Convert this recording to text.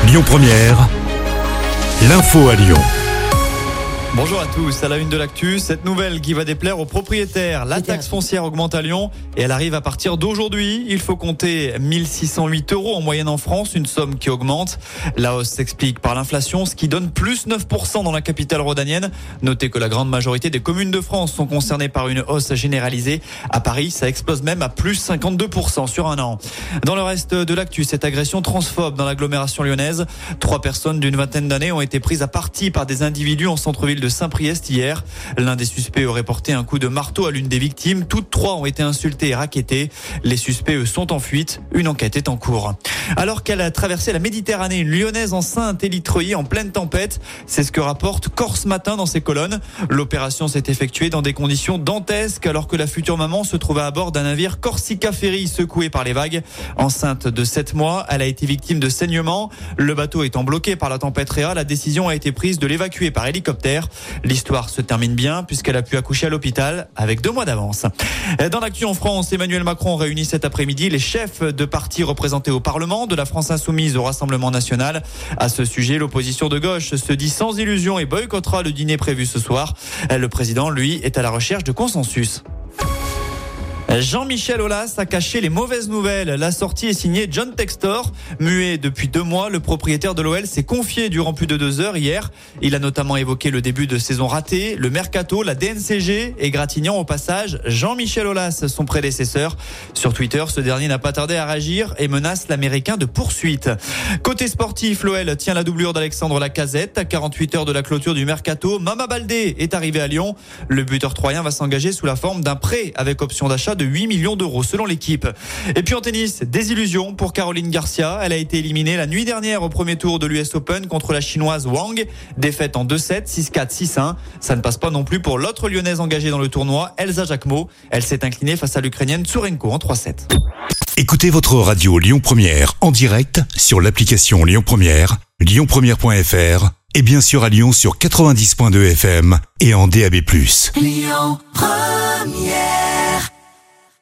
Lyon Première, l'info à Lyon. Bonjour à tous, à la une de l'actu, cette nouvelle qui va déplaire aux propriétaires. La taxe foncière augmente à Lyon et elle arrive à partir d'aujourd'hui. Il faut compter 1 608 € en moyenne en France, une somme qui augmente. La hausse s'explique par l'inflation, ce qui donne plus 9% dans la capitale rhodanienne. Notez que la grande majorité des communes de France sont concernées par une hausse généralisée. À Paris, ça explose même à plus 52% sur un an. Dans le reste de l'actu, cette agression transphobe dans l'agglomération lyonnaise. 3 personnes d'une vingtaine d'années ont été prises à partie par des individus en centre-ville de Saint-Priest hier. L'un des suspects aurait porté un coup de marteau à l'une des victimes. Toutes 3 ont été insultées et raquettées. Les suspects, eux, sont en fuite. Une enquête est en cours. Alors qu'elle a traversé la Méditerranée, une lyonnaise enceinte élytroyée en pleine tempête. C'est ce que rapporte Corse Matin dans ses colonnes. L'opération s'est effectuée dans des conditions dantesques alors que la future maman se trouvait à bord d'un navire Corsica Ferry secoué par les vagues. Enceinte de 7 mois, elle a été victime de saignements. Le bateau étant bloqué par la tempête Réa, la décision a été prise de l'évacuer par hélicoptère. L'histoire se termine bien puisqu'elle a pu accoucher à l'hôpital avec 2 mois d'avance. Dans l'actu en France, Emmanuel Macron réunit cet après-midi les chefs de partis représentés au Parlement, de la France Insoumise au Rassemblement National. À ce sujet, l'opposition de gauche se dit sans illusion et boycottera le dîner prévu ce soir. Le président, lui, est à la recherche de consensus. Jean-Michel Aulas a caché les mauvaises nouvelles. La sortie est signée John Textor. Muet depuis 2 mois, le propriétaire de l'OL s'est confié durant plus de 2 heures hier. Il a notamment évoqué le début de saison raté, le mercato, la DNCG et gratignant au passage Jean-Michel Aulas, son prédécesseur. Sur Twitter, ce dernier n'a pas tardé à réagir et menace l'Américain de poursuite. Côté sportif, l'OL tient la doublure d'Alexandre Lacazette. À 48 heures de la clôture du mercato, Mama Baldé est arrivé à Lyon. Le buteur troyen va s'engager sous la forme d'un prêt avec option d'achat de 8 millions d'euros selon l'équipe. Et puis en tennis, désillusion pour Caroline Garcia. Elle a été éliminée la nuit dernière au premier tour de l'US Open contre la chinoise Wang. Défaite en 2-7, 6-4, 6-1. Ça ne passe pas non plus pour l'autre lyonnaise engagée dans le tournoi, Elsa Jacquemot. Elle s'est inclinée face à l'Ukrainienne Tsurenko en 3-7. Écoutez votre radio Lyon Première en direct sur l'application Lyon Première, lyonpremière.fr et bien sûr à Lyon sur 90.2 FM et en DAB+. Lyon Première.